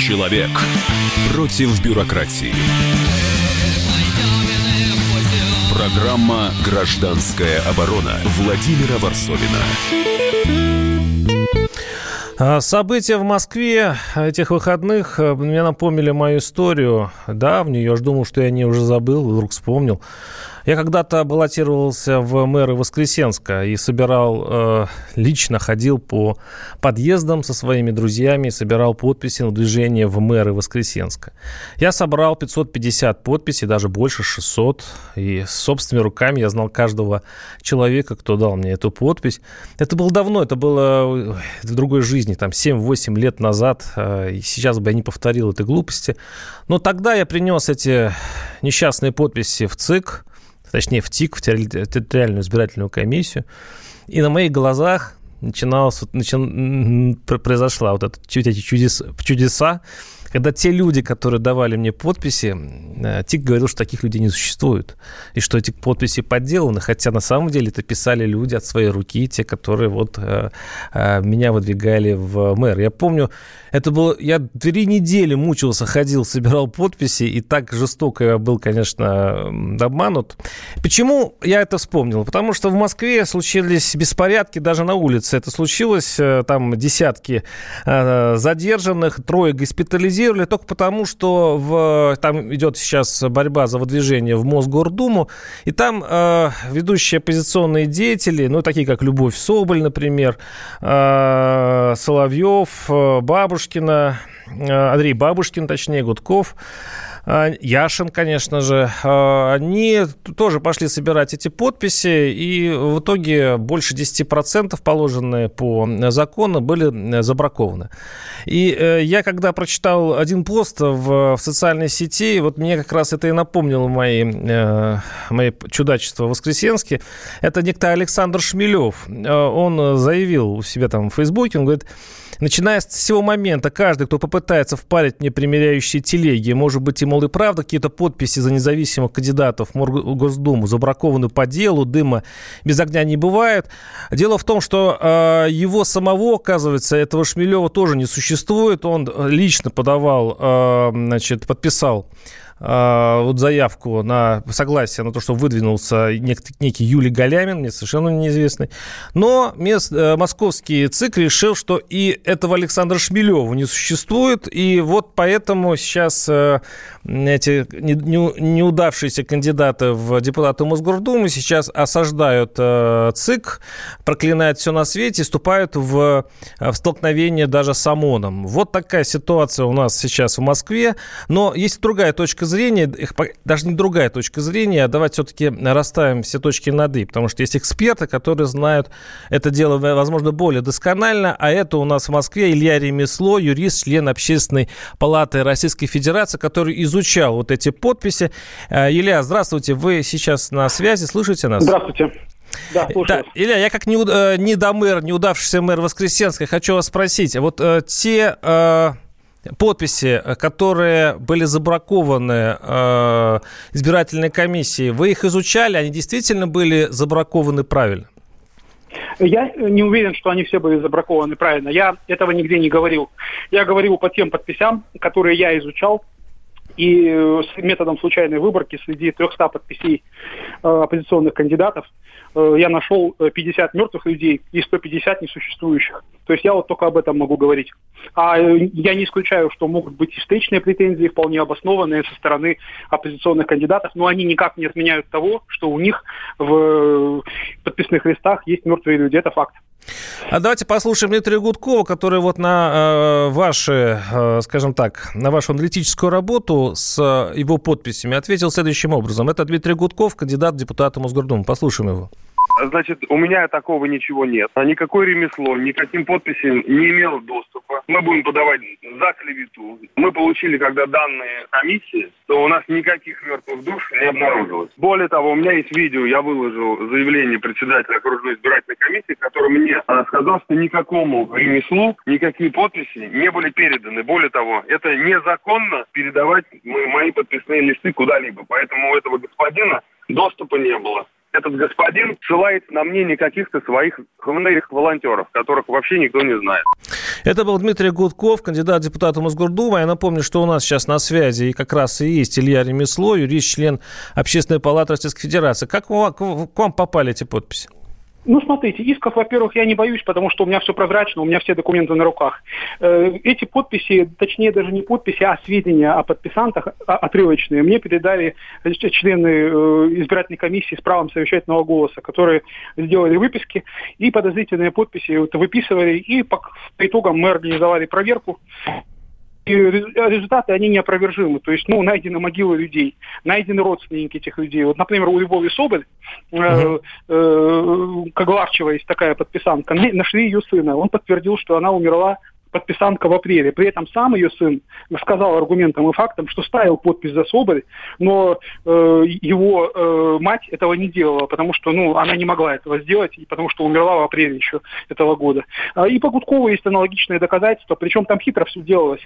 Человек против бюрократии. Программа «Гражданская оборона» Владимира Варсовина. События в Москве этих выходных мне напомнили мою историю. Давнюю, я же думал, что я о ней уже забыл, вдруг вспомнил. Я когда-то баллотировался в мэры Воскресенска и лично ходил по подъездам со своими друзьями и собирал подписи на движение в мэры Воскресенска. Я собрал 550 подписей, даже больше, 600. И собственными руками я знал каждого человека, кто дал мне эту подпись. Это было давно, это было в другой жизни, там 7-8 лет назад. И сейчас бы я не повторил этой глупости. Но тогда я принес эти несчастные подписи в ЦИК, точнее, в ТИК, в территориальную избирательную комиссию. И на моих глазах произошла вот эти чудеса, когда те люди, которые давали мне подписи, ТИК говорил, что таких людей не существует, и что эти подписи подделаны, хотя на самом деле это писали люди от своей руки, те, которые меня выдвигали в мэр. Я помню, я 3 недели мучился, ходил, собирал подписи, и так жестоко я был, конечно, обманут. Почему я это вспомнил? Потому что в Москве случились беспорядки даже на улице. Это случилось, там десятки задержанных, 3 госпитализировали, только потому, что там идет сейчас борьба за выдвижение в Мосгордуму, и там ведущие оппозиционные деятели, такие как Любовь Соболь, например, Соловьев, Бабушкина, Андрей Бабушкин, точнее, Гудков, Яшин, конечно же, они тоже пошли собирать эти подписи, и в итоге больше 10%, положенные по закону, были забракованы. И я, когда прочитал один пост в социальной сети, мне как раз это и напомнило мои чудачества в Воскресенске. Это некто Александр Шмелев. Он заявил у себя там в Фейсбуке, он говорит: начиная с сего момента, каждый, кто попытается впарить мне примеряющие телеги, может быть, и, мол, и правда, какие-то подписи за независимых кандидатов в Госдуму забракованы по делу, дыма без огня не бывает. Дело в том, что его самого, оказывается, этого Шмелева тоже не существует. Он лично подписал заявку на согласие на то, что выдвинулся некий Юлий Галямин, мне совершенно неизвестный. Но московский ЦИК решил, что и этого Александра Шмелева не существует, и поэтому сейчас эти неудавшиеся кандидаты в депутаты Мосгордумы сейчас осаждают ЦИК, проклинают все на свете и вступают в столкновение даже с ОМОНом. Вот такая ситуация у нас сейчас в Москве, но есть другая точка зрения, даже не другая точка зрения, а давайте все-таки расставим все точки над «и», потому что есть эксперты, которые знают это дело, возможно, более досконально, а это у нас в Москве Илья Ремесло, юрист, член Общественной палаты Российской Федерации, который изучал вот эти подписи. Илья, здравствуйте, вы сейчас на связи, слышите нас? Здравствуйте. Да, слушаю. Да, Илья, я как недомэр, неудавшийся мэр Воскресенска, хочу вас спросить, те подписи, которые были забракованы избирательной комиссией, вы их изучали, они действительно были забракованы правильно? Я не уверен, что они все были забракованы правильно. Я этого нигде не говорил. Я говорил по тем подписям, которые я изучал, и с методом случайной выборки среди 300 подписей оппозиционных кандидатов я нашел 50 мертвых людей и 150 несуществующих. То есть я только об этом могу говорить. А я не исключаю, что могут быть и встречные претензии, вполне обоснованные со стороны оппозиционных кандидатов, но они никак не отменяют того, что у них в подписных листах есть мертвые люди. Это факт. А давайте послушаем Дмитрия Гудкова, который на вашу аналитическую работу с его подписями ответил следующим образом. Это Дмитрий Гудков, кандидат в депутаты Мосгордумы. Послушаем его. Значит, у меня такого ничего нет. Никакое ремесло, никаким подписям не имело доступа. Мы будем подавать за клевету. Мы получили, когда данные комиссии, то у нас никаких мертвых душ не обнаружилось. Более того, у меня есть видео, я выложил заявление председателя окружной избирательной комиссии, который мне сказал, что никакому ремеслу никакие подписи не были переданы. Более того, это незаконно передавать мои подписные листы куда-либо. Поэтому у этого господина доступа не было. этот господин ссылается на мнение каких-то своих волонтеров, которых вообще никто не знает. Это был Дмитрий Гудков, кандидат в депутаты Мосгордумы. Я напомню, что у нас сейчас на связи и как раз и есть Илья Ремесло, юрист, член Общественной палаты Российской Федерации. Как к вам попали эти подписи? Ну, смотрите, исков, во-первых, я не боюсь, потому что у меня все прозрачно, у меня все документы на руках. Эти подписи, точнее даже не подписи, а сведения о подписантах отрывочные, мне передали члены избирательной комиссии с правом совещательного голоса, которые сделали выписки и подозрительные подписи выписывали, и по итогам мы организовали проверку. И результаты, они неопровержимы. То есть, найдены могилы людей, найдены родственники этих людей. Вот, например, у Любови Соболь, Коглавчева есть такая подписантка, нашли ее сына. Он подтвердил, что она умерла, подписантка, в апреле. При этом сам ее сын сказал аргументом и фактом, что ставил подпись за Соболь, но его мать этого не делала, потому что она не могла этого сделать, и потому что умерла в апреле еще этого года. И по Гудкову есть аналогичные доказательства, причем там хитро все делалось.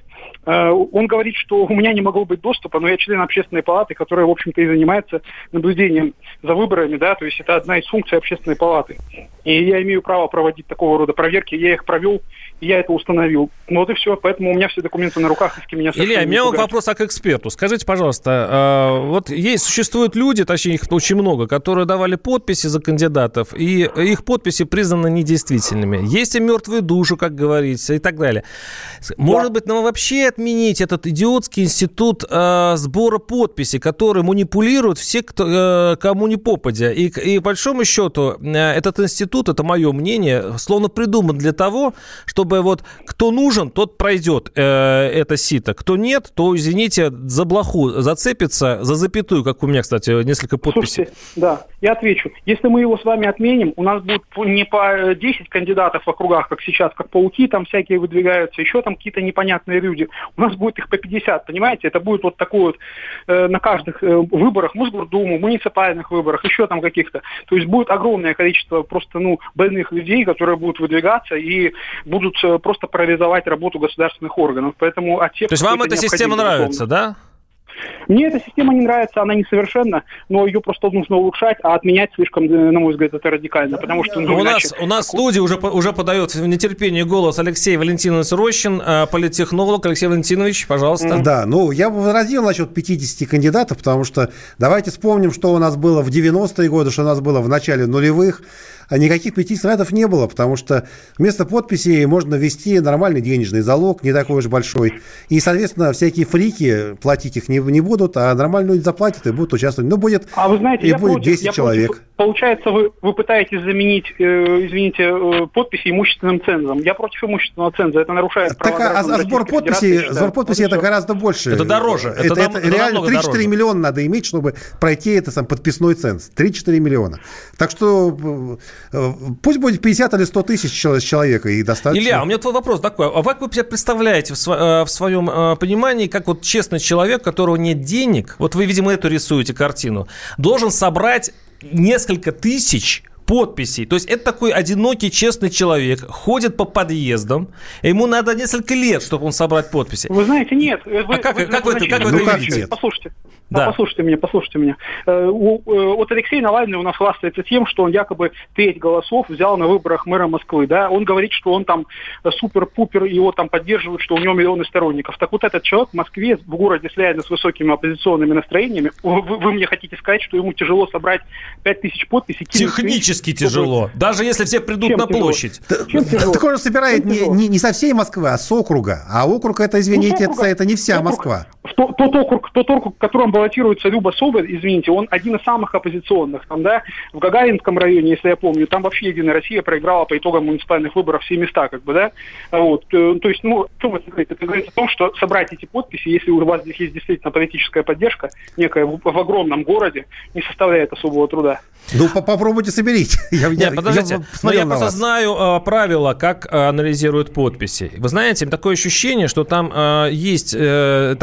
Он говорит, что у меня не могло быть доступа, но я член общественной палаты, которая, в общем-то, и занимается наблюдением за выборами, да, то есть это одна из функций общественной палаты. И я имею право проводить такого рода проверки, я их провел, и я это установил. Вот и все, поэтому у меня все документы на руках, и с кем меня совершенно Илья, у меня вопрос к эксперту. Скажите, пожалуйста, вот существуют люди, точнее их очень много, которые давали подписи за кандидатов, и их подписи признаны недействительными. Есть и мертвые души, как говорится, и так далее. Может быть, нам вообще отменить этот идиотский институт сбора подписей, который манипулирует все, кому не попадя. И по большому счету этот институт, это мое мнение, словно придуман для того, чтобы вот кто нужен, тот пройдет это сито. Кто нет, то, извините, за блоху зацепится, за запятую, как у меня, кстати, несколько подписей. Слушайте, да, я отвечу. Если мы его с вами отменим, у нас будет не по 10 кандидатов в округах, как сейчас, как пауки там всякие выдвигаются, еще там какие-то непонятные люди. У нас будет их по 50, понимаете? Это будет вот такой вот на каждых выборах, Мосгордуму, муниципальных выборах, еще там каких-то. То есть будет огромное количество просто, больных людей, которые будут выдвигаться и будут просто парализовать работу государственных органов. Поэтому от тех, то есть вам эта система нравится, да? Мне эта система не нравится, она несовершенна, но ее просто нужно улучшать, а отменять слишком, на мой взгляд, это радикально, потому что... У нас в студии уже подает в нетерпении голос Алексей Валентинович Рощин, политтехнолог. Алексей Валентинович, пожалуйста. Да, я бы возразил насчет 50 кандидатов, потому что давайте вспомним, что у нас было в 90-е годы, что у нас было в начале нулевых. А никаких 50 кандидатов не было, потому что вместо подписи можно ввести нормальный денежный залог, не такой уж большой. И, соответственно, всякие фрики платить их не будут, а нормально люди заплатят и будут участвовать. Будет, а вы знаете, и будет 10 человек. Получается, вы пытаетесь заменить, подписи имущественным цензом. Я против имущественного ценза, это нарушает права граждан. Сбор подписей это гораздо больше. Это дороже. Это реально 3-4 миллиона надо иметь, чтобы пройти этот подписной ценз. 3-4 миллиона. Так что... Пусть будет 50 или 100 тысяч человек, и достаточно. Илья, у меня твой вопрос такой. А как вы себя представляете в своем понимании, как вот честный человек, у которого нет денег, вот вы, видимо, эту рисуете картину, должен собрать несколько тысяч подписей. То есть это такой одинокий, честный человек, ходит по подъездам, ему надо несколько лет, чтобы он собрать подписи. Вы знаете, нет. Как вы это видите? Послушайте. Да. Послушайте меня. Вот Алексей Навальный у нас хвастается тем, что он якобы треть голосов взял на выборах мэра Москвы. Да? Он говорит, что он там супер-пупер, его там поддерживают, что у него миллионы сторонников. Так вот этот человек в Москве, в городе реально с высокими оппозиционными настроениями, вы мне хотите сказать, что ему тяжело собрать 5000 подписей? Технически тяжело. Даже если все придут на площадь. Так он собирает не со всей Москвы, а с округа. А округ, это, извините, это не вся Москва. Тот округ, в котором баллотируется Люба Соболь, извините, он один из самых оппозиционных. Там, да, в Гагаринском районе, если я помню, там вообще Единая Россия проиграла по итогам муниципальных выборов все места, да. Вот. То есть, что это говорит? Это говорит о том, что собрать эти подписи, если у вас здесь есть действительно политическая поддержка, некая в огромном городе, не составляет особого труда. Попробуйте соберите. Подождите, я просто знаю правила, как анализируют подписи. Вы знаете, такое ощущение, что там есть там 100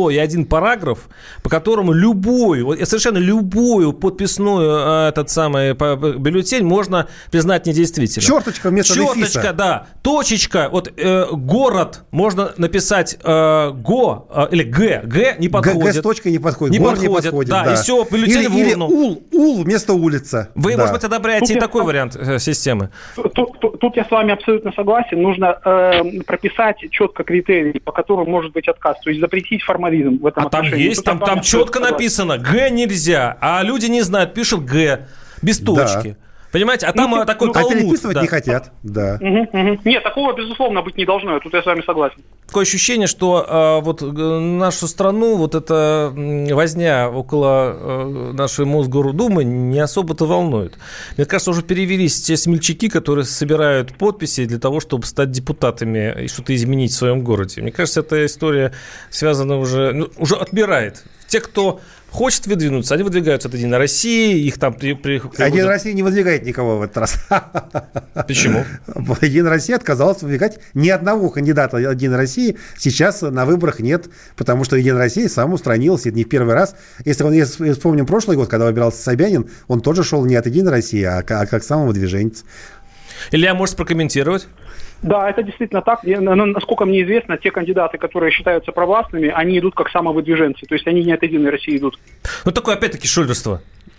число и один параграф, по которому совершенно любую подписную бюллетень можно признать недействительным. Черточка вместо дефиса. Черточка, да. Точечка. Город можно написать или Г не подходит. Г с точкой не подходит. Не подходит, да. И все, бюллетень в урну. Или ул вместо улица. Вы, может быть, одобряете и такой вариант системы? Тут я с вами абсолютно согласен. Нужно прописать четко критерии, по которым может быть отказ. То есть запретить формализм в этом отношении. Там четко написано Г нельзя, а люди не знают, пишут Г без точки. Да. Понимаете? А там такой талмуд. А переписывать не хотят, да. Нет, такого, безусловно, быть не должно. Тут я с вами согласен. Такое ощущение, что нашу страну эта возня около нашей Мосгордумы не особо-то волнует. Мне кажется, уже перевелись те смельчаки, которые собирают подписи для того, чтобы стать депутатами и что-то изменить в своем городе. Мне кажется, эта история связана уже отмирает. Те, кто хочет выдвинуться, они выдвигаются от «Единой России», их там... «Единая Россия» не выдвигает никого в этот раз. Почему? «Единая Россия» отказалась выдвигать ни одного кандидата «Единой России». Сейчас на выборах нет, потому что «Единая Россия» самоустранилась, это не в первый раз. Если вспомним прошлый год, когда выбирался Собянин, он тоже шел не от «Единой России», а как самовыдвиженец. Илья, можешь прокомментировать? Да, это действительно так. Насколько мне известно, те кандидаты, которые считаются провластными, они идут как самовыдвиженцы. То есть они не от «Единой России» идут. Такое опять-таки шулерство.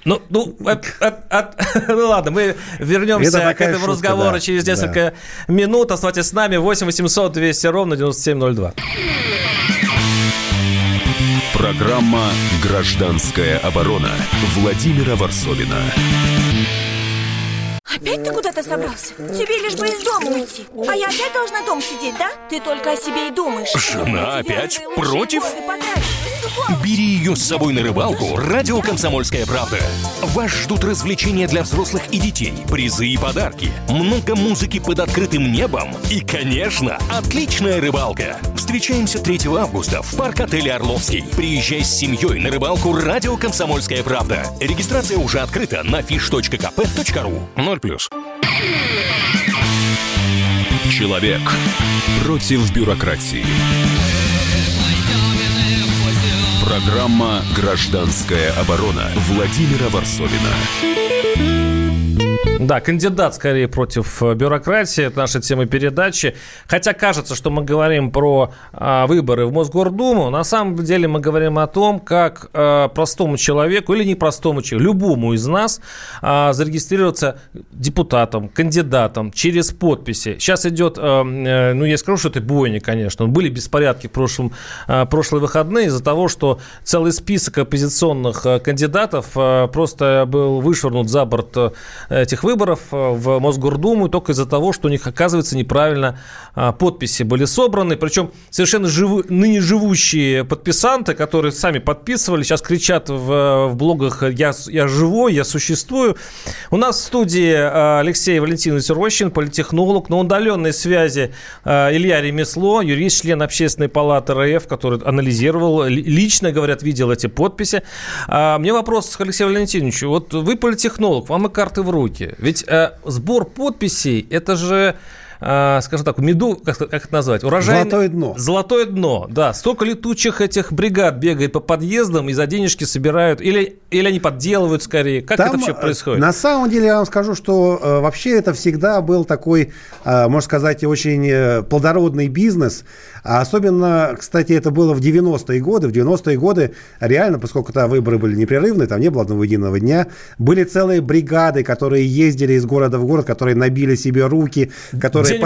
Ладно, мы вернемся к этому разговору через несколько минут. Оставайтесь с нами. 8 800 200 ровно 9702. Программа «Гражданская оборона» Владимира Варсовина. Опять ты куда-то собрался? Тебе лишь бы из дома уйти. А я опять должна дома сидеть, да? Ты только о себе и думаешь. Жена опять против? Бери ее с собой на рыбалку. Радио «Комсомольская правда». Вас ждут развлечения для взрослых и детей, призы и подарки, много музыки под открытым небом и, конечно, отличная рыбалка. Встречаемся 3 августа в парк-отеле «Орловский». Приезжай с семьей на рыбалку «Радио «Комсомольская правда». Регистрация уже открыта на fish.kp.ru. 0+. Человек против бюрократии. Программа «Гражданская оборона» Владимира Варсовина. Да, кандидат скорее против бюрократии. Это наша тема передачи. Хотя кажется, что мы говорим про выборы в Мосгордуму. На самом деле мы говорим о том, как простому человеку или непростому человеку, любому из нас зарегистрироваться депутатом, кандидатом через подписи. Сейчас идет, я скажу, что это бойня, конечно. Были беспорядки в прошлые выходные из-за того, что целый список оппозиционных кандидатов просто был вышвырнут за борт этих выборов в Мосгордуму только из-за того, что у них, оказывается, неправильно подписи были собраны. Причем совершенно ныне живущие подписанты, которые сами подписывали, сейчас кричат в блогах «Я живой, я существую». У нас в студии Алексей Валентинович Рощин, политтехнолог, на удаленной связи Илья Ремесло, юрист, член Общественной палаты РФ, который анализировал, лично, говорят, видел эти подписи. Мне вопрос к Алексею Валентиновичу. Вот вы политтехнолог, вам и карты в руки. Ведь сбор подписей – это же, скажем так, как это назвать? Золотое дно. Золотое дно, да. Столько летучих этих бригад бегает по подъездам и за денежки собирают. Или они подделывают скорее. Как это вообще происходит? На самом деле, я вам скажу, что вообще это всегда был такой, можно сказать, очень плодородный бизнес. А особенно, кстати, это было в 90-е годы. В 90-е годы реально, поскольку тогда выборы были непрерывные, там не было одного единого дня, были целые бригады, которые ездили из города в город, которые набили себе руки, которые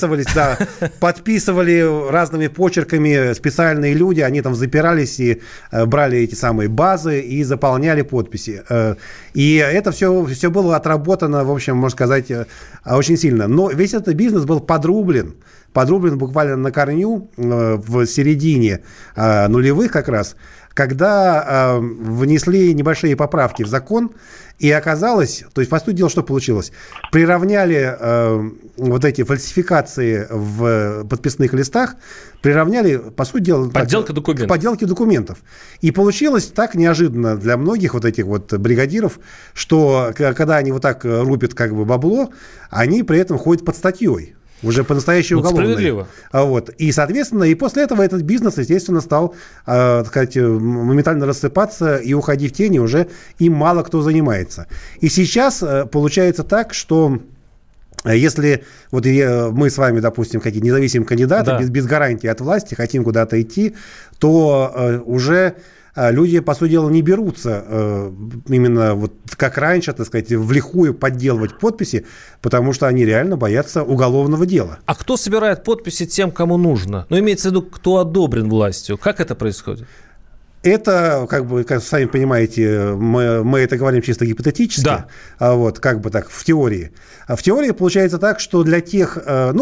подписывали разными почерками специальные люди, они там запирались и брали эти самые базы и заполняли подписи. И это все было отработано, в общем, можно сказать, очень сильно. Но весь этот бизнес был подрублен буквально на корню в середине нулевых как раз, когда внесли небольшие поправки в закон, и оказалось, то есть, по сути дела, что получилось? Приравняли вот эти фальсификации в подписных листах, приравняли, по сути дела, к подделке документов. И получилось так неожиданно для многих вот этих вот бригадиров, что когда они вот так рубят как бы бабло, они при этом ходят под статьей. Уже по-настоящему уголовный. Справедливо. Вот. И, соответственно, и после этого этот бизнес, естественно, стал, так сказать, моментально рассыпаться и уходить в тени, уже им мало кто занимается. И сейчас получается так, что если вот мы с вами, допустим, какие-то независимые кандидаты, без гарантии от власти, хотим куда-то идти, то уже люди, по сути дела, не берутся именно вот как раньше, так сказать, влихую подделывать подписи, потому что они реально боятся уголовного дела. А кто собирает подписи тем, кому нужно? Ну, имеется в виду, кто одобрен властью. Как это происходит? Это, как бы, как сами понимаете, мы это говорим чисто гипотетически, да. Вот, как бы так, в теории. А в теории получается так, что для тех,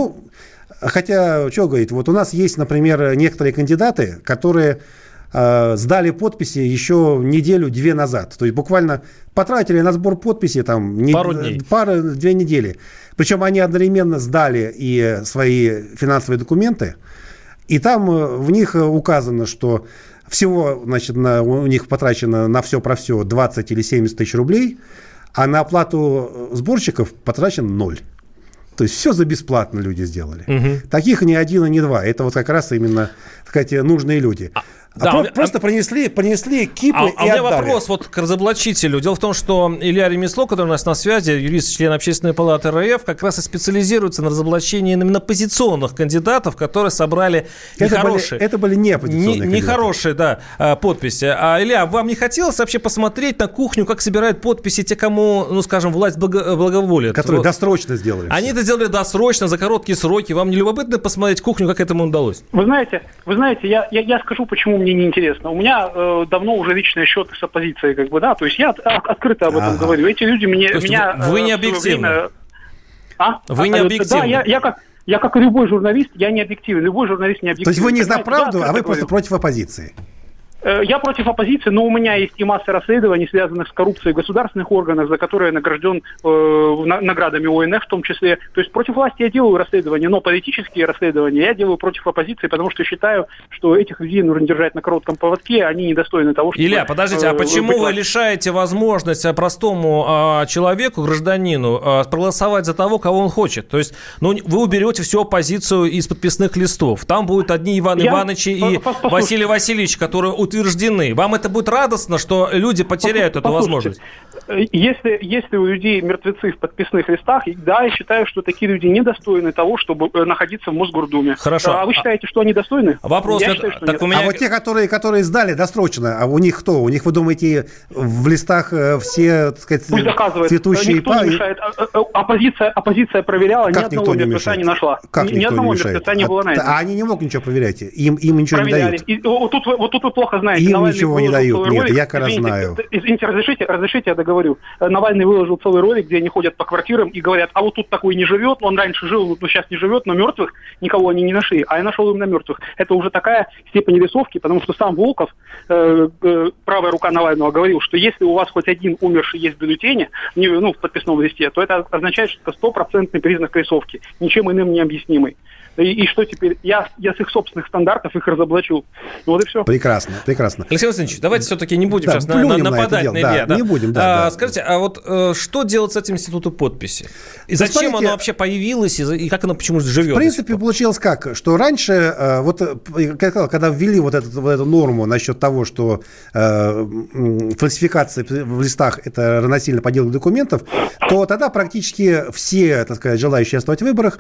хотя, что говорить, вот у нас есть, например, некоторые кандидаты, которые сдали подписи еще неделю-две назад. То есть буквально потратили на сбор подписей пару дней. 2 недели. Причем они одновременно сдали и свои финансовые документы, и там в них указано, что всего, значит, у них потрачено на все про все 20 или 70 тысяч рублей, а на оплату сборщиков потрачено 0. То есть все за бесплатно люди сделали. Угу. Таких ни один и ни два. Это вот как раз именно, так сказать, нужные люди. Просто принесли кипы и отдали. А у меня вопрос вот к разоблачителю. Дело в том, что Илья Ремесло, который у нас на связи, юрист, член Общественной палаты РФ, как раз и специализируется на разоблачении именно позиционных кандидатов, которые собрали нехорошие. Это были не оппозиционные кандидаты. Нехорошие, да, подписи. А, Илья, вам не хотелось вообще посмотреть на кухню, как собирают подписи те, кому, ну, скажем, власть благоволит? Которые досрочно сделали. Они это сделали досрочно, за короткие сроки. Вам не любопытно посмотреть кухню, как этому удалось? Вы знаете, я скажу, почему мне неинтересно. У меня давно уже личные счеты с оппозицией, как бы, да, то есть я открыто об этом говорю. Эти люди меня... Вы не объективны. Вы не объективны. Да, я как и любой журналист, я не объективен. Любой журналист не объективен. То есть вы не за правду, а вы просто против оппозиции? Я против оппозиции, но у меня есть и масса расследований, связанных с коррупцией в государственных органах, за которые я награжден наградами ОНФ в том числе. То есть против власти я делаю расследования, но политические расследования я делаю против оппозиции, потому что считаю, что этих людей нужно держать на коротком поводке, они недостойны того, чтобы... Илья, подождите, а почему вы лишаете возможность простому человеку, гражданину, проголосовать за того, кого он хочет? То есть вы уберете всю оппозицию из подписных листов. Там будут одни Иван Ивановичи и Василий Васильевич, которые утверждены. Вам это будет радостно, что люди потеряют эту возможность? Если у людей мертвецы в подписных листах, да, я считаю, что такие люди недостойны того, чтобы находиться в Мосгордуме. Хорошо. А вы считаете, что они достойны? Вопрос. Я считаю, что нет. А вот те, которые сдали досрочно, а у них кто? У них, вы думаете, в листах все, так сказать, цветущие... Никто не мешает. Оппозиция проверяла, ни одного мертвеца не нашла. Ни одного мертвеца не было найдено. А они не могут ничего проверять? Им ничего не дают? Вот тут вы плохо знаете. Им Навальный ничего не дают. Нет, я как раз извините, знаю. Извините, разрешите, я договорю. Навальный выложил целый ролик, где они ходят по квартирам и говорят, а вот тут такой не живет, он раньше жил, но сейчас не живет, но мертвых никого они не нашли, а я нашел именно мертвых. Это уже такая степень рисовки, потому что сам Волков, правая рука Навального, говорил, что если у вас хоть один умерший есть в бюллетене, в подписном листе, то это означает, что это 100% признак рисовки, ничем иным не объяснимый. И что теперь? Я с их собственных стандартов их разоблачу. Вот и все. Прекрасно. Алексей Владимирович, давайте все-таки не будем сейчас нападать на Илья. Не будем, скажите, а вот что делать с этим институтом подписи? И зачем оно вообще появилось, и как оно почему живет? В принципе, получилось как? Что раньше, когда ввели вот эту норму насчет того, что фальсификация в листах – это равносильно подделке документов, то тогда практически все, так сказать, желающие участвовать в выборах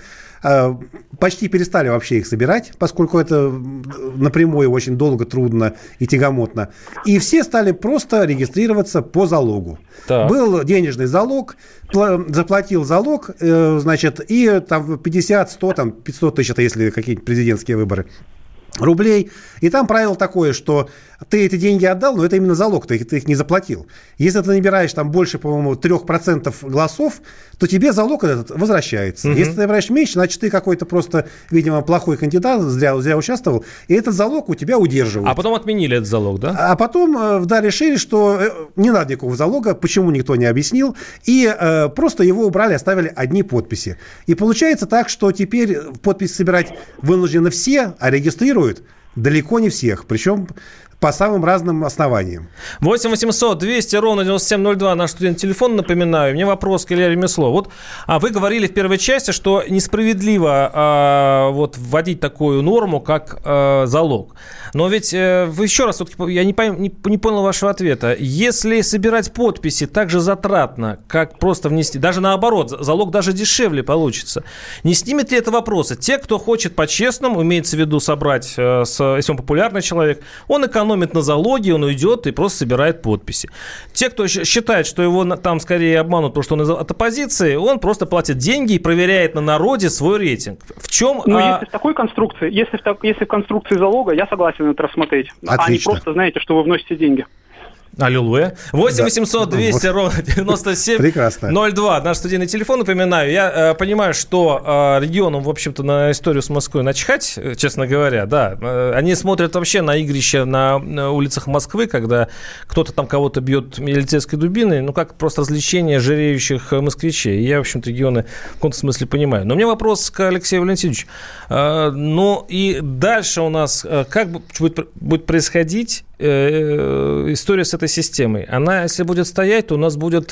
почти перестали вообще их собирать, поскольку это напрямую очень долго, трудно и тягомотно. И все стали просто регистрироваться по залогу. Так. Был денежный залог, заплатил залог, значит, и там 50, 100, там 500 тысяч, это если какие-нибудь президентские выборы, рублей. И там правило такое, что ты эти деньги отдал, но это именно залог, ты их не заплатил. Если ты набираешь там больше, по-моему, 3% голосов, то тебе залог этот возвращается. Угу. Если ты набираешь меньше, значит, ты какой-то просто, видимо, плохой кандидат, зря участвовал, и этот залог у тебя удерживают. А потом отменили этот залог, да? А потом, решили, что не надо никакого залога, почему никто не объяснил, и просто его убрали, оставили одни подписи. И получается так, что теперь подписи собирать вынуждены все, а регистрируют далеко не всех. Причем по самым разным основаниям. 8 800 200 ровно 9702 наш студийный телефон, напоминаю. Мне вопрос к Илье Ремесло. Вот вы говорили в первой части, что несправедливо вот вводить такую норму, как залог. Но ведь вы еще раз, вот, я не понял вашего ответа. Если собирать подписи так же затратно, как просто внести, даже наоборот, залог даже дешевле получится, не снимет ли это вопросы? Те, кто хочет по-честному, имеется в виду собрать, если он популярный человек, он экономит на залоге, он уйдет и просто собирает подписи. Те, кто считает, что его там скорее обманут, потому что он от оппозиции, он просто платит деньги и проверяет на народе свой рейтинг. В чем... Если в такой конструкции, если в конструкции залога, я согласен это рассмотреть. Отлично. А не просто, знаете, что вы вносите деньги. Аллилуйя. 8 800 200 ровно 9702. Наш студийный телефон, напоминаю. Я понимаю, что регионам, в общем-то, на историю с Москвой начхать, честно говоря, да. Они смотрят вообще на игрища на улицах Москвы, когда кто-то там кого-то бьет милицейской дубиной, ну, как просто развлечение жиреющих москвичей. Я, в общем-то, регионы в каком-то смысле понимаю. Но у меня вопрос к Алексею Валентиновичу. Ну, и дальше у нас как будет происходить история с этой системой? Она, если будет стоять, то у нас будет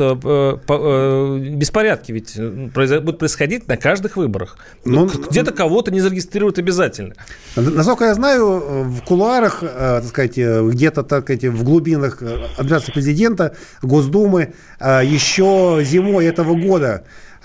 беспорядки, ведь будут происходить на каждых выборах. Где-то кого-то не зарегистрируют обязательно. Насколько я знаю, в кулуарах, так сказать, где-то, так сказать, в глубинах администрации президента, Госдумы, еще зимой этого года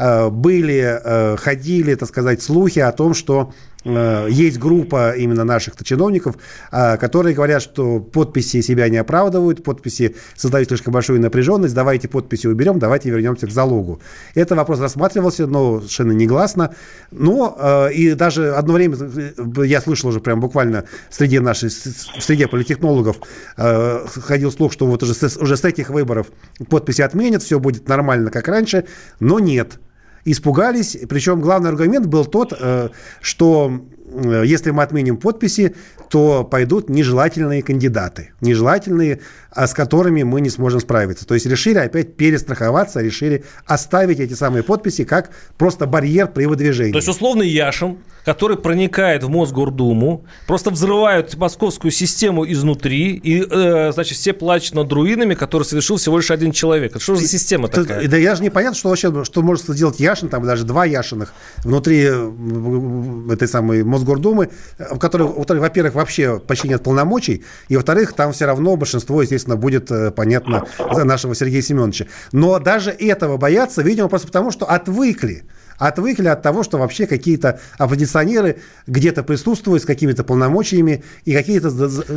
ходили, так сказать, слухи о том, что есть группа именно наших чиновников, которые говорят, что подписи себя не оправдывают, подписи создают слишком большую напряженность, давайте подписи уберем, давайте вернемся к залогу. Это вопрос рассматривался, но совершенно негласно. Но и даже одно время, я слышал уже прям буквально в среде политтехнологов ходил слух, что вот уже с этих выборов подписи отменят, все будет нормально, как раньше, но нет. Испугались, причем главный аргумент был тот, что если мы отменим подписи, то пойдут нежелательные кандидаты, нежелательные, с которыми мы не сможем справиться. То есть решили опять перестраховаться, решили оставить эти самые подписи как просто барьер при выдвижении. То есть условный Яшин, который проникает в Мосгордуму, просто взрывают московскую систему изнутри, и, значит, все плачут над руинами, которые совершил всего лишь один человек. Это что за система такая? Да я же непонятно, что может сделать Яшин, там даже два Яшиных внутри этой самой Мосгордумы, у которых, во-первых, вообще почти нет полномочий, и, во-вторых, там все равно большинство, естественно, будет понятно за нашего Сергея Семеновича. Но даже этого боятся, видимо, просто потому, что отвыкли от того, что вообще какие-то оппозиционеры где-то присутствуют с какими-то полномочиями и какие-то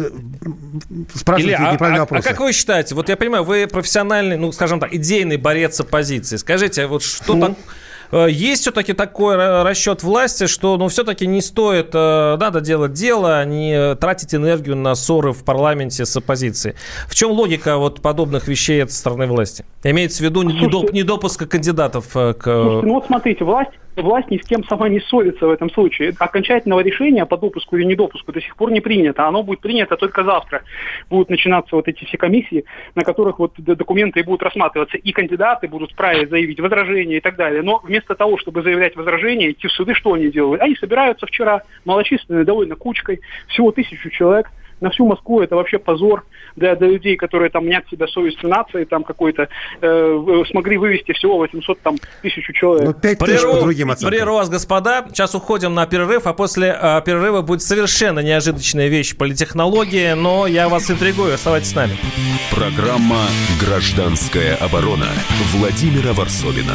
спрашивают неправильные вопросы. А как вы считаете, вот я понимаю, вы профессиональный, ну, скажем так, идейный борец с оппозицией. Скажите, вот что там... Есть все-таки такой расчет власти, что все-таки не стоит, надо делать дело, а не тратить энергию на ссоры в парламенте с оппозицией. В чем логика вот подобных вещей от стороны власти? Имеется в виду недопуска кандидатов к... Слушайте, вот смотрите, власть ни с кем сама не ссорится в этом случае. Окончательного решения по допуску или недопуску до сих пор не принято. Оно будет принято только завтра. Будут начинаться вот эти все комиссии, на которых вот документы и будут рассматриваться. И кандидаты будут вправе заявить возражения и так далее. Но вместо того, чтобы заявлять возражения, идти в суды, что они делают? Они собираются вчера малочисленной довольно кучкой, всего 1000 человек. На всю Москву это вообще позор для людей, которые там мнят себя совестью нации, там какой-то смогли вывести всего 800 там 1000 человек. Ну, 5000 по другим оценкам. Прерву вас, господа. Сейчас уходим на перерыв, а после перерыва будет совершенно неожиданная вещь политтехнологии, но я вас интригую. Оставайтесь с нами. Программа «Гражданская оборона» Владимира Варсовина.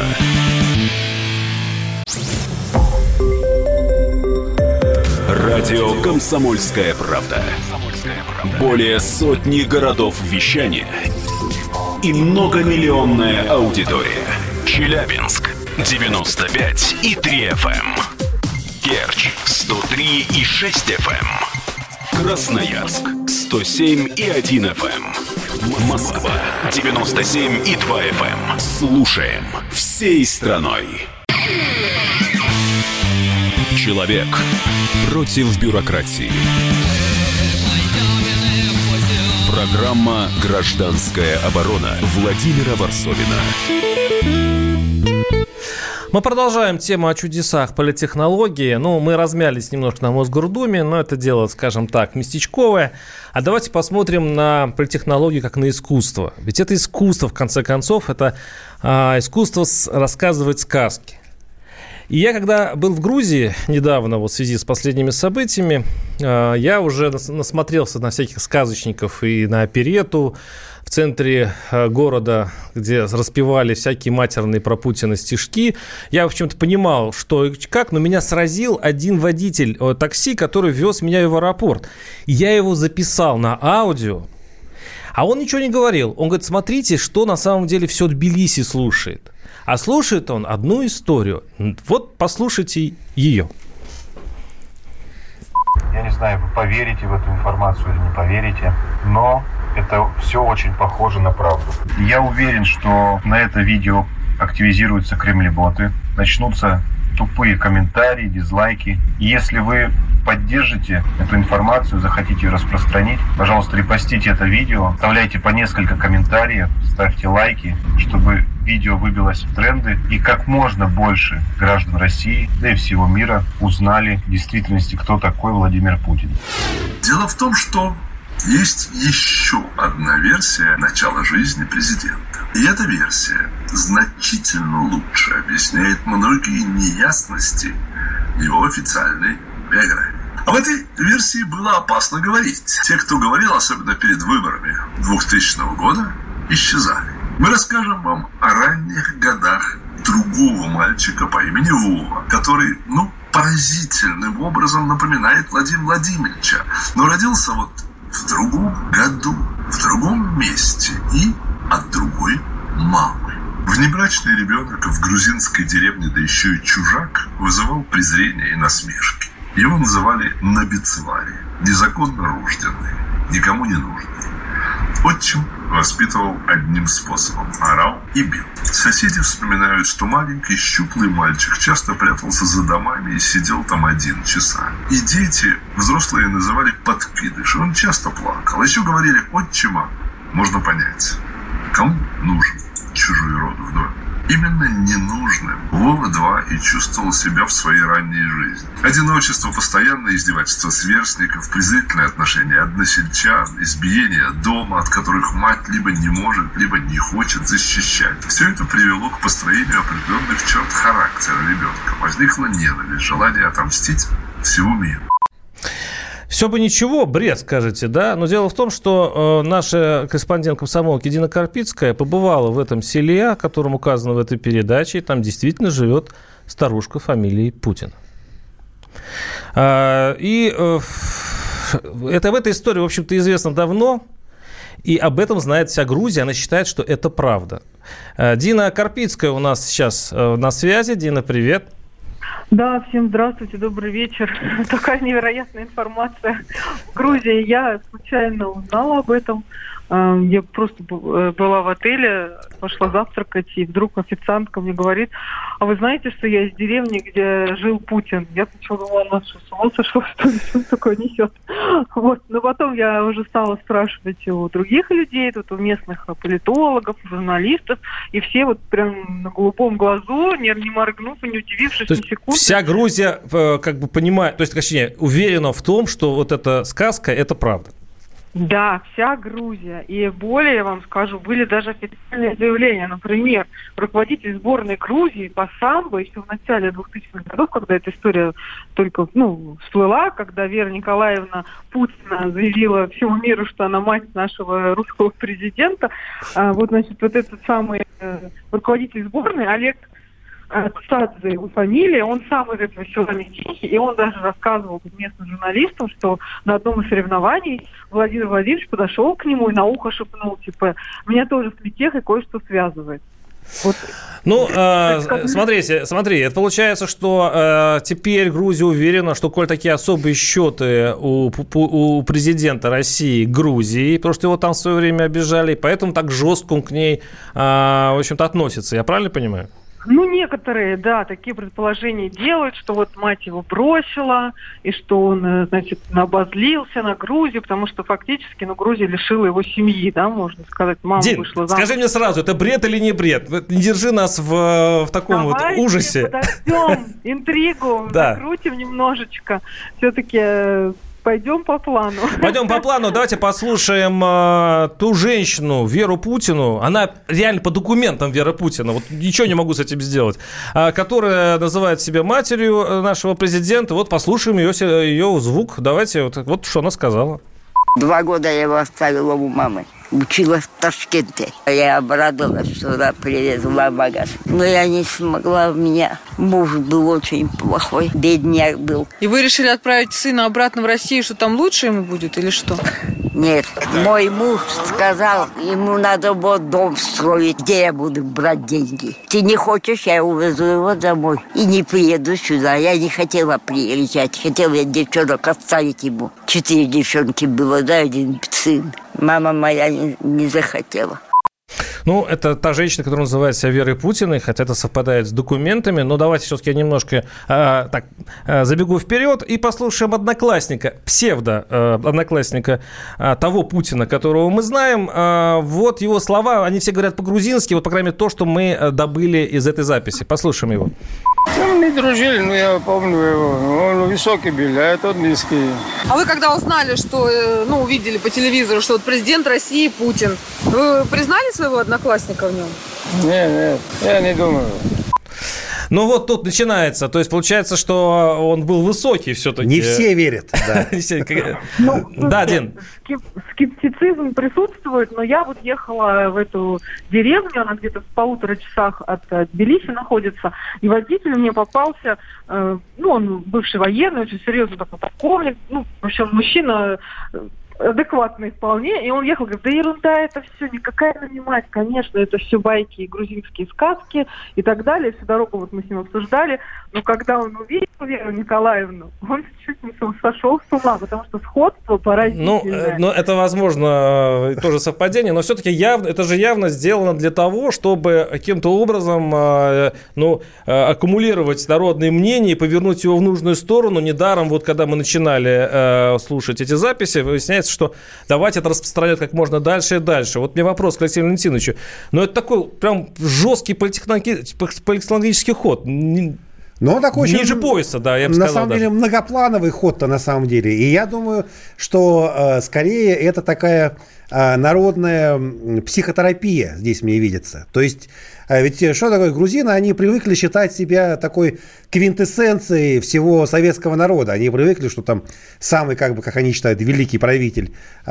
Радио «Комсомольская правда». Более сотни городов вещания и многомиллионная аудитория. Челябинск 95,3 FM. Керчь 103,6 FM. Красноярск 107,1 FM. Москва 97,2 FM. Слушаем всей страной. Человек против бюрократии. Программа «Гражданская оборона» Владимира Варсовина. Мы продолжаем тему о чудесах политтехнологии. Мы размялись немножко на Мосгордуме, но это дело, скажем так, местечковое. А давайте посмотрим на политтехнологию как на искусство. Ведь это искусство, в конце концов, это искусство рассказывать сказки. И я, когда был в Грузии недавно, в связи с последними событиями, я уже насмотрелся на всяких сказочников и на оперетту в центре города, где распевали всякие матерные про Путина стишки. Я, в общем-то, понимал, что и как, но меня сразил один водитель такси, который вез меня в аэропорт. И я его записал на аудио, а он ничего не говорил. Он говорит, смотрите, что на самом деле все Тбилиси слушает. А слушает он одну историю. Вот послушайте ее. Я не знаю, вы поверите в эту информацию или не поверите, но это все очень похоже на правду. Я уверен, что на это видео активизируются кремлеботы, начнутся тупые комментарии, дизлайки. И если вы поддержите эту информацию, захотите ее распространить, пожалуйста, репостите это видео, оставляйте по несколько комментариев, ставьте лайки, чтобы видео выбилось в тренды, и как можно больше граждан России, да и всего мира узнали в действительности, кто такой Владимир Путин. Дело в том, что есть еще одна версия начала жизни президента. И эта версия значительно лучше объясняет многие неясности его официальной биографии. Об этой версии было опасно говорить. Те, кто говорил, особенно перед выборами 2000 года, исчезали. Мы расскажем вам о ранних годах другого мальчика по имени Вова, который, поразительным образом напоминает Владимира Владимировича, но родился в другом году, в другом месте и от другой мамы. Внебрачный ребенок в грузинской деревне, да еще и чужак, вызывал презрение и насмешки. Его называли Набицвари, незаконно рожденный, никому не нужный. Отчим воспитывал одним способом – орал и бил. Соседи вспоминают, что маленький щуплый мальчик часто прятался за домами и сидел там 1 час. И дети, взрослые, называли подкидыш. Он часто плакал. Еще говорили, отчима можно понять. Кому нужен чужой род в доме? Именно ненужным Вова-2 и чувствовал себя в своей ранней жизни. Одиночество, постоянное издевательство сверстников, презрительное отношение односельчан, избиение дома, от которых мать либо не может, либо не хочет защищать. Все это привело к построению определенных черт характера ребенка. Возникла ненависть, желание отомстить всему миру. Все бы ничего, бред, скажете, да? Но дело в том, что наша корреспондент комсомолки Дина Карпицкая побывала в этом селе, о котором указано в этой передаче, и там действительно живет старушка фамилией Путин. И это в этой истории, в общем-то, известно давно, и об этом знает вся Грузия, она считает, что это правда. Дина Карпицкая у нас сейчас на связи. Дина, привет. Да, всем здравствуйте, добрый вечер. Такая невероятная информация. В Грузии я случайно узнала об этом. Я просто была в отеле, пошла завтракать, и вдруг официантка мне говорит, а вы знаете, что я из деревни, где жил Путин? Я сначала думала, она что, с ума сошла, что ли, что такое несет? Но потом я уже стала спрашивать у других людей, у местных политологов, журналистов, и все прям на голубом глазу, не моргнув и не удивившись ни секунды. Вся Грузия понимает, то есть, точнее, уверена в том, что эта сказка – это правда. Да, вся Грузия. И более, я вам скажу, были даже официальные заявления. Например, руководитель сборной Грузии по самбо еще в начале 2000-х годов, когда эта история только всплыла, когда Вера Николаевна Путина заявила всему миру, что она мать нашего русского президента. Этот самый руководитель сборной Олег Цадзе, его фамилия, он сам из этого села Мехихи, и он даже рассказывал местным журналистам, что на одном из соревнований Владимир Владимирович подошел к нему и на ухо шепнул, меня тоже с Мехихой кое-что связывает. Смотри, это получается, что теперь Грузия уверена, что коль такие особые счеты у президента России Грузии, потому что его там в свое время обижали, и поэтому так жестко он к ней, в общем-то, относится. Я правильно понимаю? Ну, некоторые, да, такие предположения делают, что вот мать его бросила, и что он, значит, обозлился на Грузию, потому что фактически, Грузия лишила его семьи, да, можно сказать. Мама Дин, вышла замуж. Скажи мне сразу, это бред или не бред? Не держи нас в таком Давайте вот ужасе. подождем интригу, закрутим немножечко. Все-таки... Пойдем по плану. Пойдем по плану. Давайте послушаем ту женщину, Веру Путину. Она реально по документам Вера Путина. Вот ничего не могу с этим сделать. Которая называет себя матерью нашего президента. Вот послушаем ее звук. Давайте, вот что она сказала. 2 года я его оставила у мамы. Училась в Ташкенте. Я обрадовалась, что она привезла багаж. Но я не смогла, у меня муж был очень плохой, бедняк был. И вы решили отправить сына обратно в Россию, что там лучше ему будет или что? Нет, мой муж сказал, ему надо было дом строить, где я буду брать деньги. Ты не хочешь, я увезу его домой и не приеду сюда. Я не хотела приезжать, хотела девчонок оставить ему. 4 девчонки было, да, 1 сын. Мама моя не захотела. Ну, это та женщина, которая называет себя Верой Путиной, хотя это совпадает с документами. Но давайте все-таки я немножко забегу вперед и послушаем одноклассника, псевдо-одноклассника того Путина, которого мы знаем. Вот его слова, они все говорят по-грузински, вот, по крайней мере, то, что мы добыли из этой записи. Послушаем его. Мы дружили, но я помню его. Он высокий был, а этот низкий. А вы когда узнали, что, увидели по телевизору, что вот президент России Путин, вы признали своего одноклассника в нем? Нет, я не думаю. Ну вот тут начинается. То есть получается, что он был высокий все-таки. Не все верят. Да, Дин. Скептицизм присутствует, но я вот ехала в эту деревню, она где-то в 1,5 часах от Тбилиси находится, и водитель мне попался, он бывший военный, очень серьезный такой полковник, в общем, мужчина адекватный вполне, и он ехал, говорит, да ерунда, это все, никакая она не мать, конечно, это все байки и грузинские сказки и так далее. Всю дорогу вот мы с ним обсуждали, но когда он увидел Веру Николаевну, он чуть не сошел с ума, потому что сходство поразительное. Ну, это, возможно, тоже совпадение, но все-таки это же явно сделано для того, чтобы каким-то образом аккумулировать народное мнение и повернуть его в нужную сторону. Недаром, вот когда мы начинали слушать эти записи, выясняется, что давайте это распространять как можно дальше и дальше. Вот мне вопрос к Алексею Валентиновичу. Но это такой прям жесткий политтехнологический ход. Но такой ниже пояса, да, я бы сказал. На самом деле многоплановый ход-то на самом деле. И я думаю, что скорее это такая народная психотерапия здесь мне видится. То есть ведь что такое грузины? Они привыкли считать себя такой квинтэссенцией всего советского народа. Они привыкли, что там самый, как они считают, великий правитель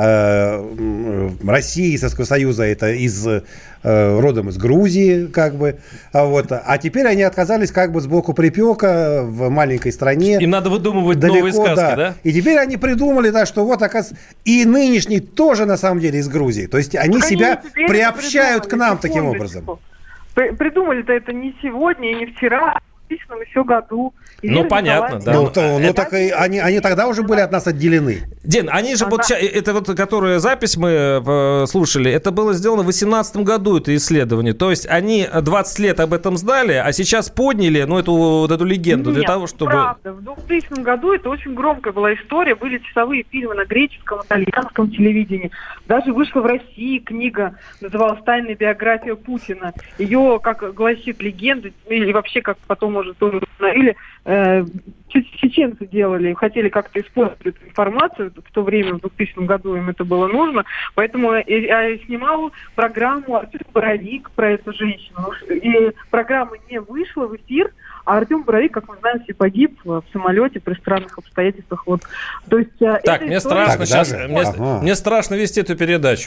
России, Советского Союза, это родом из Грузии, А теперь они отказались сбоку припека в маленькой стране. Им надо выдумывать далеко, новые сказки, да? И теперь они придумали, что вот, оказывается, и нынешний тоже на самом деле из Грузии. То есть они себя приобщают к нам таким образом. Придумали-то это не сегодня и не вчера, а в 2000 еще году. Понятно, да. Так и они тогда уже были от нас отделены. Дин, они же, которую запись мы слушали, это было сделано в 2018 году, это исследование. То есть они 20 лет об этом знали, а сейчас подняли эту легенду для того, чтобы... правда. В 2000 году это очень громкая была история. Были часовые фильмы на греческом, итальянском телевидении. Даже вышла в России книга, называлась «Тайная биография Путина». Ее, как гласит легенда, или вообще, как потом уже тоже установили, чеченцы делали, хотели как-то использовать эту информацию, в то время, в 2000 году им это было нужно, поэтому я снимал программу Артем Боровик про эту женщину, и программа не вышла в эфир, а Артем Боровик, как мы знаем, все погиб в самолете при странных обстоятельствах. То есть, так, мне страшно сейчас. Мне страшно вести эту передачу.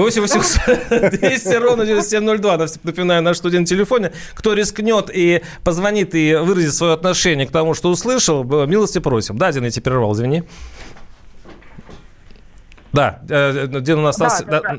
8-800-200-97-02. Напоминаю, наш студент в телефоне. Кто рискнет и позвонит и выразит свое отношение к тому, что услышал, милости просим. Да, Дина, я тебя прервал, извини. Да, Дина у нас...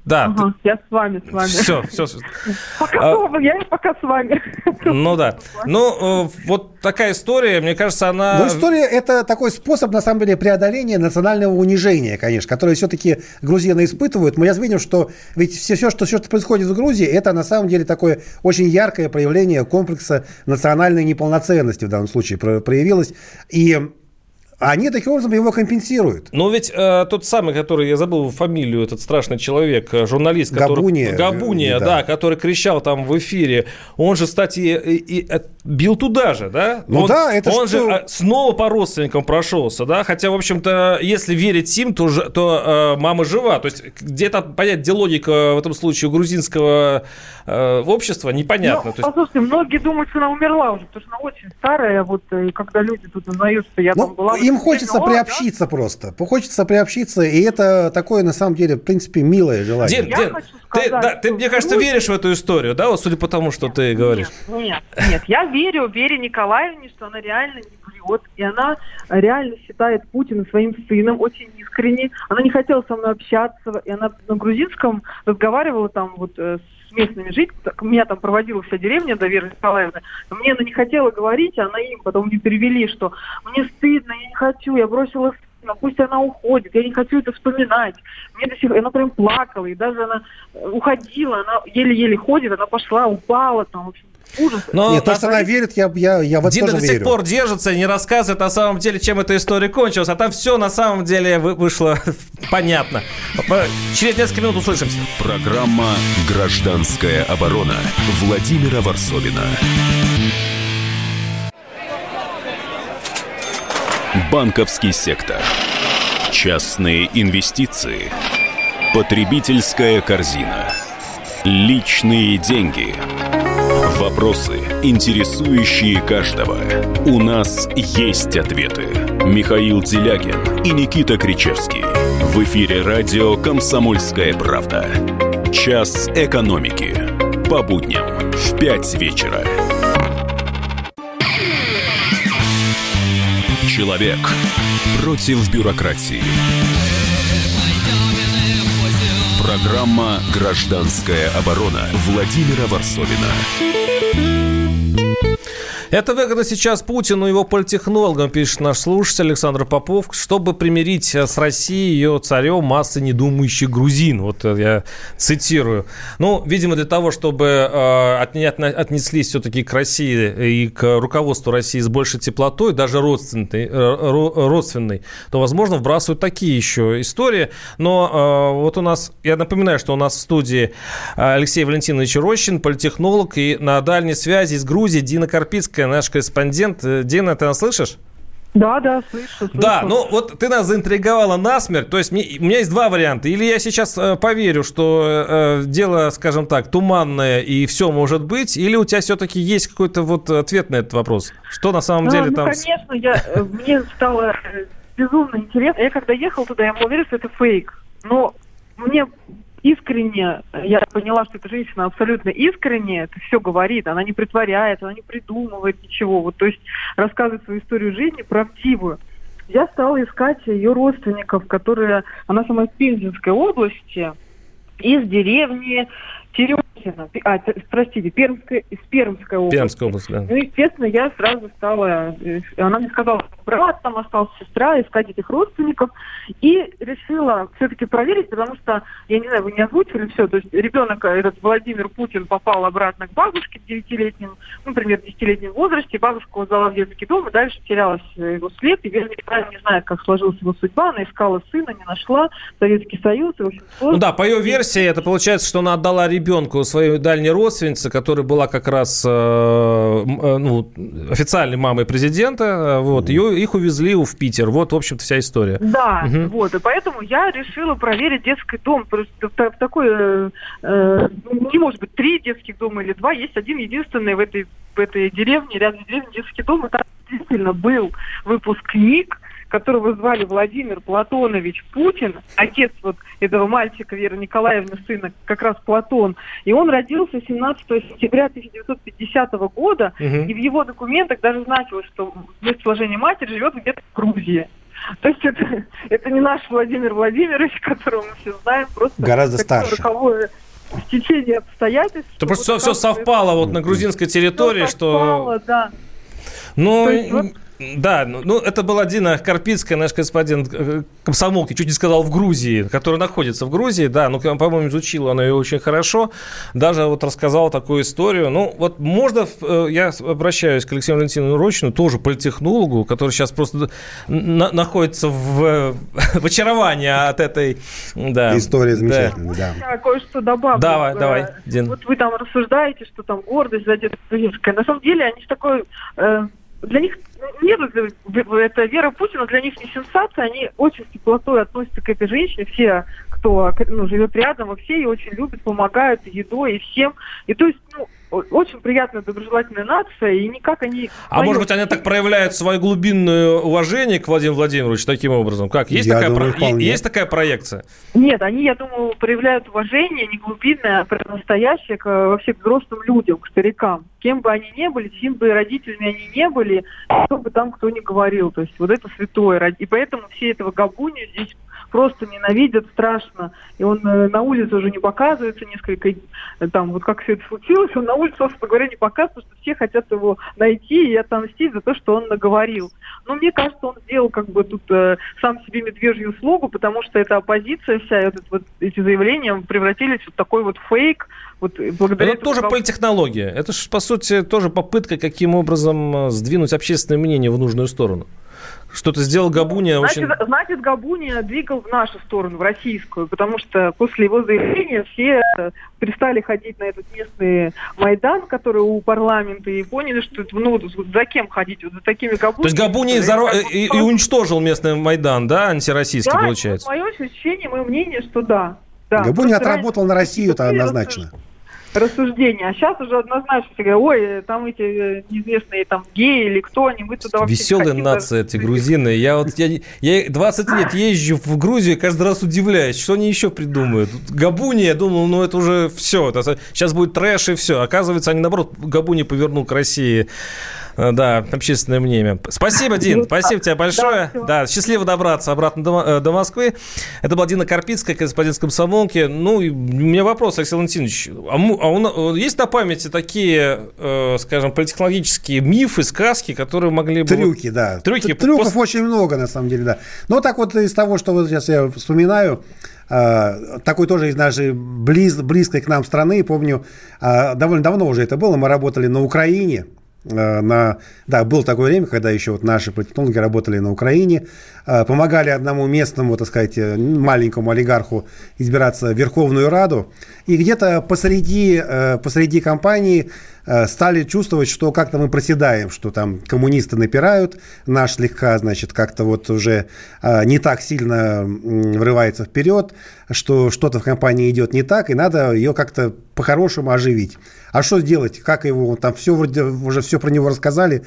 Да. Ага, я с вами. Все. Я пока с вами. Ну да. Ну, вот такая история, мне кажется, она... Ну, история – это такой способ, на самом деле, преодоления национального унижения, конечно, которое все-таки грузины испытывают. Мы сейчас видим, что ведь все, что происходит в Грузии, это на самом деле такое очень яркое проявление комплекса национальной неполноценности в данном случае проявилось. И они таким образом его компенсируют. Ну, ведь тот самый, который, я забыл фамилию, этот страшный человек, журналист, который... Габуния, да, который кричал там в эфире, он же, кстати, и бил туда же, да? Он же снова по родственникам прошелся, да? Хотя, в общем-то, если верить им, то мама жива. То есть где-то понять, где логика в этом случае у грузинского общества, непонятно. Ну, послушайте, многие думают, что она умерла уже, потому что она очень старая, вот, и когда люди тут узнают, что я там была... Им хочется приобщиться просто. Хочется приобщиться, и это такое, на самом деле, в принципе, милое желание. Дин, ты, мне кажется, веришь в эту историю, да, вот судя по тому, что ты говоришь? Нет, я верю Вере Николаевне, что она реально не врет, и она реально считает Путина своим сыном очень искренне. Она не хотела со мной общаться, и она на грузинском разговаривала там вот с местными жителями. Меня там проводила вся деревня до Веры Николаевны. Но мне она не хотела говорить, она им потом мне перевели, что мне стыдно, я не хочу, я бросила сына, пусть она уходит, я не хочу это вспоминать. Мне до сих пор, она прям плакала, и даже она уходила, она еле-еле ходит, она пошла, упала там, в общем. Ужас. Нет, то, что она верит, я в это тоже верю. Дина до сих пор держится и не рассказывает на самом деле, чем эта история кончилась. А там все на самом деле вышло понятно. Через несколько минут услышимся. Программа «Гражданская оборона» Владимира Варсовина. Банковский сектор. Частные инвестиции. Потребительская корзина. Личные деньги. Вопросы, интересующие каждого. У нас есть ответы. Михаил Делягин и Никита Кричевский. В эфире радио «Комсомольская правда». Час экономики. По будням в 5 вечера. Человек против бюрократии. Программа «Гражданская оборона» Владимира Варсовина. Это выгодно сейчас Путину и его политтехнологам, пишет наш слушатель Александр Попов, чтобы примирить с Россией ее царем массы недумающих грузин. Вот я цитирую. Ну, видимо, для того, чтобы отнеслись все-таки к России и к руководству России с большей теплотой, даже родственной, то, возможно, вбрасывают такие еще истории. Но вот у нас, я напоминаю, что у нас в студии Алексей Валентинович Рощин, политтехнолог, и на дальней связи из Грузии Дина Карпицкая, наш корреспондент. Дина, ты нас слышишь? Да, слышу. Да, ну вот ты нас заинтриговала насмерть. То есть у меня есть два варианта. Или я сейчас поверю, что дело, скажем так, туманное и все может быть, или у тебя все-таки есть какой-то вот ответ на этот вопрос? Что на самом деле там... Конечно, мне стало безумно интересно. Я когда ехал туда, я была уверена, что это фейк. Но мне... искренне, я поняла, что эта женщина абсолютно искренне это все говорит, она не притворяется, она не придумывает ничего, вот, то есть рассказывает свою историю жизни правдивую. Я стала искать ее родственников, которые, она сама из Пензенской области, из деревни Терезина, из Пермской области. Пермская область, да. Ну, естественно, я сразу стала, она мне сказала, что брат там остался, сестра, искать этих родственников, и решила все-таки проверить, потому что, я не знаю, вы не озвучили все, то есть ребенок, этот Владимир Путин, попал обратно к бабушке в 9-летнем, например, 10-летнем возрасте, бабушка его взяла в детский дом, и дальше терялась его след, и Вера Николаевна не знает, как сложилась его судьба, она искала сына, не нашла, Советский Союз, и, в общем, ну да, по ее версии, это получается, что она отдала ребенку своей дальней родственнице, которая была как раз официальной мамой президента, вот, их увезли в Питер, вот, в общем-то, вся история. Да, вот, и поэтому я решила проверить детский дом, потому что такой, не может быть 3 детских дома или 2, есть один единственный в этой деревне, рядом с деревней детский дом, и там действительно был выпускник, которого звали Владимир Платонович Путин, отец вот этого мальчика Веры Николаевны, сына, как раз Платон. И он родился 17 сентября 1950 года, и в его документах даже значилось, что местоположение матери живет где-то в Грузии. То есть это не наш Владимир Владимирович, которого мы все знаем, просто гораздо старше. Роковое стечение обстоятельств. То просто все совпало вот на грузинской территории, совпало, да. Ну, да, ну это была Дина Карпицкая, наш корреспондент комсомолки, чуть не сказал, в Грузии, которая находится в Грузии, да, ну, по-моему, изучила она ее очень хорошо, даже вот рассказала такую историю. Ну, вот можно, я обращаюсь к Алексею Валентиновичу Рощину, тоже политтехнологу, который сейчас просто находится в очаровании от этой, да. История замечательная, да. Я кое-что добавлю. Давай, Дин. Вот вы там рассуждаете, что там гордость задета грузинская. На самом деле они с такой... Для них нет, это вера Путина, для них не сенсация, они очень с теплотой относятся к этой женщине, все, кто живет рядом, все ее очень любят, помогают едой и всем. И то есть, очень приятная, доброжелательная нация, и никак они... А может быть, они так проявляют свое глубинное уважение к Владимиру Владимировичу таким образом? Как? Есть такая проекция? Нет, они, я думаю, проявляют уважение не глубинное, а настоящее вообще к взрослым людям, к старикам. Кем бы они ни были, чьим бы родителями они не были, что бы там кто ни говорил. То есть вот это святое. И поэтому все этого Габуни здесь просто ненавидят страшно. И он на улице уже не показывается несколько... Там, вот как все это случилось, он на улице, собственно говоря, не показывается, потому что все хотят его найти и отомстить за то, что он наговорил. Но мне кажется, он сделал как бы тут сам себе медвежью услугу, потому что эта оппозиция вся, эти заявления превратились в такой вот фейк. Вот благодаря это тоже политтехнология. Это же, по сути, тоже попытка каким образом сдвинуть общественное мнение в нужную сторону. Что-то сделал Габуния Значит, Габуния двигал в нашу сторону, в российскую, потому что после его заявления все перестали ходить на этот местный Майдан, который у парламента, и поняли, что за кем ходить, вот за такими Габуниями. То есть Габуния и уничтожил местный Майдан, да, антироссийский, да, получается? Да, мое ощущение, мое мнение, что да. Габуния отработал на Россию, это однозначно. Рассуждения. А сейчас уже однозначно все говорят, ой, там эти неизвестные там геи или кто они, мы туда вообще веселая нация эти грузины. Я 20 лет езжу в Грузию и каждый раз удивляюсь, что они еще придумают. Габуния, я думал, это уже все. Сейчас будет трэш и все. Оказывается, они, наоборот, Габуния повернул к России. Да, общественное мнение. Спасибо, Дин, спасибо тебе большое. Да, счастливо добраться обратно до Москвы. Это была Дина Карпицкая, корреспондент комсомолки. Ну, и у меня вопрос, Алексей Валентинович. Есть на памяти такие, скажем, политтехнологические мифы, сказки, которые могли бы... Трюки, да. Трюков очень много, на самом деле, да. Но так вот из того, что вот сейчас я вспоминаю, такой тоже из нашей близкой к нам страны, помню, довольно давно уже это было, мы работали на Украине. Было такое время, когда еще вот наши политтехнологи работали на Украине, помогали одному местному, так сказать, маленькому олигарху избираться в Верховную Раду, и где-то посреди кампании стали чувствовать, что как-то мы проседаем, что там коммунисты напирают, наш слегка, значит, как-то вот уже не так сильно врывается вперед, что что-то в кампании идет не так, и надо ее как-то по-хорошему оживить. А что сделать? Как его? Там все вроде уже все про него рассказали,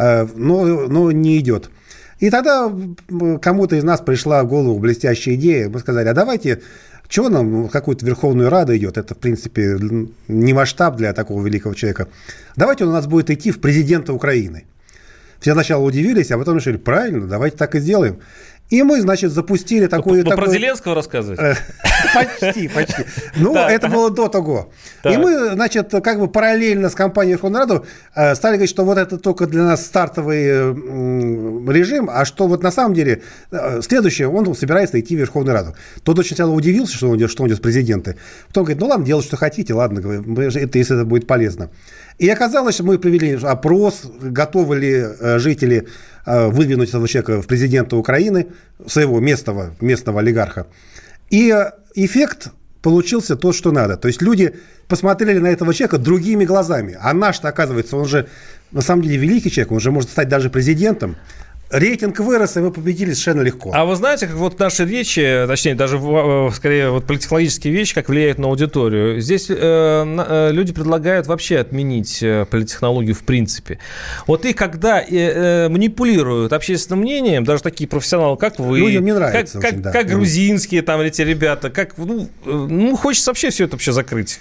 но не идет. И тогда кому-то из нас пришла в голову блестящая идея. Мы сказали, а давайте, чего нам какую-то Верховную Раду идет? Это, в принципе, не масштаб для такого великого человека. Давайте он у нас будет идти в президента Украины. Все сначала удивились, а потом решили, правильно, давайте так и сделаем. И мы, значит, запустили такую... Про Зеленского рассказывать? Почти. Ну, это было до того. И мы, значит, как бы параллельно с компанией Верховную Раду стали говорить, что вот это только для нас стартовый режим, а что вот на самом деле следующее, он собирается идти в Верховную Раду. Тот очень сначала удивился, что он идет в президенты. Потом говорит, ну ладно, делайте, что хотите, ладно, если это будет полезно. И оказалось, что мы провели опрос, готовы ли жители выдвинуть этого человека в президента Украины, своего местного олигарха. И эффект получился тот, что надо. То есть люди посмотрели на этого человека другими глазами. А наш-то, оказывается, он же на самом деле великий человек, он же может стать даже президентом. Рейтинг вырос, и мы победили совершенно легко. А вы знаете, как вот наши речи, точнее, даже скорее вот политтехнологические вещи, как влияют на аудиторию? Здесь люди предлагают вообще отменить политтехнологию в принципе. Вот их, когда манипулируют общественным мнением, даже такие профессионалы, как вы, людям не нравится, как грузинские там эти ребята, хочется вообще все это вообще закрыть.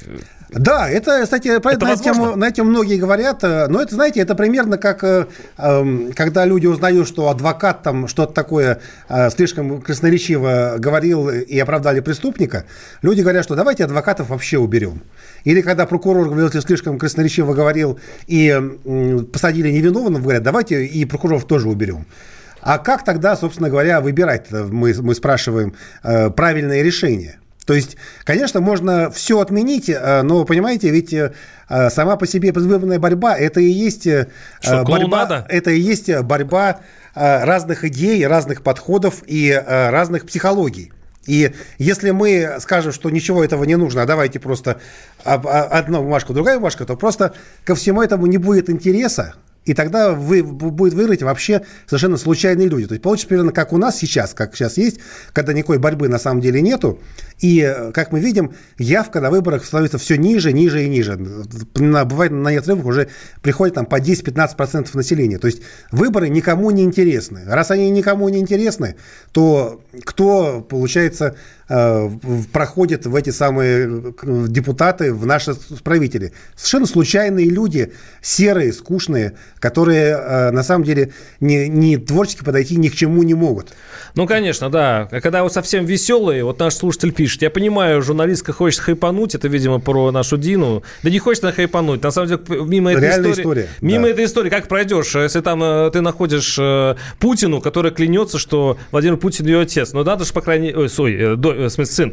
Да, это, кстати, на этом многие говорят, но это, знаете, это примерно как, когда люди узнают, что адвокат там что-то такое слишком красноречиво говорил и оправдали преступника, люди говорят, что давайте адвокатов вообще уберем. Или когда прокурор говорил, что слишком красноречиво говорил и посадили невиновного, говорят, давайте и прокуроров тоже уберем. А как тогда, собственно говоря, выбирать? Мы спрашиваем правильное решение. То есть, конечно, можно все отменить, но, понимаете, ведь сама по себе предвыборная борьба – это и есть борьба, это и есть борьба разных идей, разных подходов и разных психологий. И если мы скажем, что ничего этого не нужно, а давайте просто одна бумажка, другая бумажка, то просто ко всему этому не будет интереса. И тогда будет выиграть вообще совершенно случайные люди. То есть получится примерно как у нас сейчас, как сейчас есть, когда никакой борьбы на самом деле нету. И, как мы видим, явка на выборах становится все ниже, ниже и ниже. Бывает, на некоторых выборах уже приходит там, по 10-15% населения. То есть выборы никому не интересны. Раз они никому не интересны, то кто, получается, проходит в эти самые депутаты, в наши правители? Совершенно случайные люди, серые, скучные, которые на самом деле не творчески подойти ни к чему не могут. Ну, конечно, да. Когда вот совсем веселые, вот наш слушатель пишет, я понимаю, журналистка хочет хайпануть, это, видимо, про нашу Дину. Да не хочет она хайпануть. На самом деле, мимо этой истории. Мимо этой истории, как пройдешь, если там ты находишь Путину, который клянется, что Владимир Путин ее отец. Ну, надо же, по крайней мере, в смысле, сын.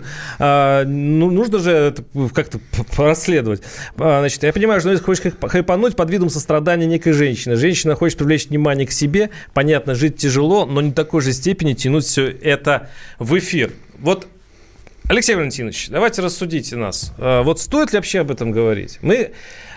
Нужно же это как-то расследовать. Значит, я понимаю, что журналист хочет хайпануть под видом сострадания некой женщины. Женщина хочет привлечь внимание к себе. Понятно, жить тяжело, но не в такой же степени тянуть все это в эфир. Вот, Алексей Валентинович, давайте рассудите нас. Вот стоит ли вообще об этом говорить? Мы...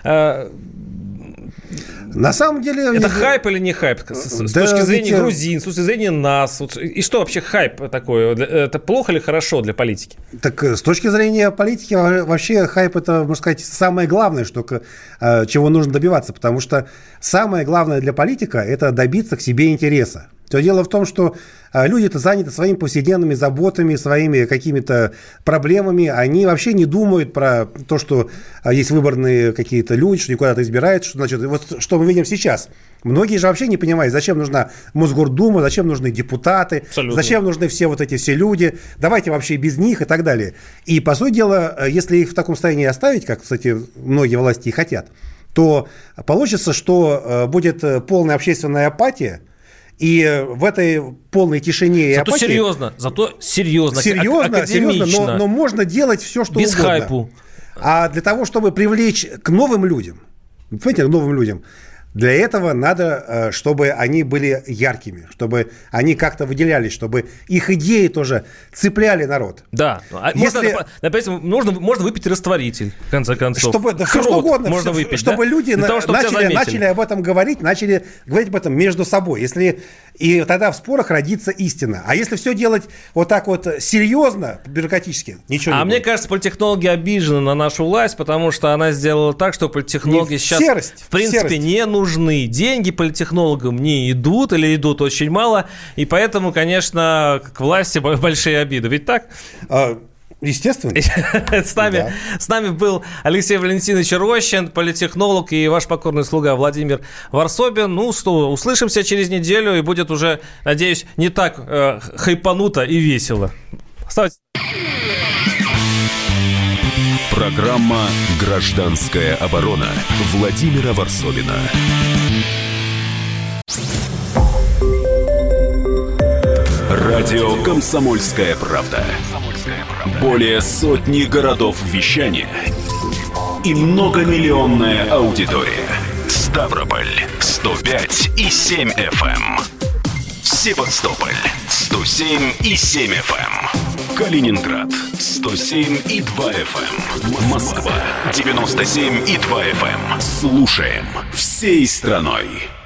На самом деле... Это хайп или не хайп? С точки зрения грузин, с точки зрения нас. И что вообще хайп такое? Это плохо или хорошо для политики? Так с точки зрения политики вообще хайп это, можно сказать, самое главное, чего нужно добиваться. Потому что самое главное для политика это добиться к себе интереса. Все дело в том, что люди-то заняты своими повседневными заботами, своими какими-то проблемами. Они вообще не думают про то, что есть выборные какие-то люди, что они куда-то избирают. Вот что мы видим сейчас. Многие же вообще не понимают, зачем нужна Мосгордума, зачем нужны депутаты, зачем нужны все люди. Давайте вообще без них и так далее. И, по сути дела, если их в таком состоянии оставить, как, кстати, многие власти и хотят, то получится, что будет полная общественная апатия. И в этой полной тишине и апатии... Зато серьезно, но можно делать все, что без угодно. Без хайпу. А для того, чтобы привлечь к новым людям, понимаете, к новым людям, для этого надо, чтобы они были яркими, чтобы они как-то выделялись, чтобы их идеи тоже цепляли народ. Да. Можно выпить растворитель, в конце концов. Все что угодно, можно выпить, чтобы люди начали об этом говорить, начали говорить об этом между собой. И тогда в спорах родится истина. А если все делать вот так вот серьезно, бюрократически, ничего не будет. Мне кажется, политтехнологи обижены на нашу власть, потому что она сделала так, что политтехнологи сейчас в принципе не нужны. Деньги политтехнологам не идут или идут очень мало. И поэтому, конечно, к власти большие обиды. Ведь так? Естественно. С нами был Алексей Валентинович Рощин, политтехнолог, и ваш покорный слуга Владимир Варсобин. Ну что, услышимся через неделю, и будет уже, надеюсь, не так хайпануто и весело. Оставайтесь. Программа «Гражданская оборона» Владимира Варсобина. Радио «Комсомольская правда». Более сотни городов вещания и многомиллионная аудитория. Ставрополь 105,7 FM. Севастополь 107,7 FM. Калининград 107,2 FM. Москва 97,2 FM. Слушаем всей страной.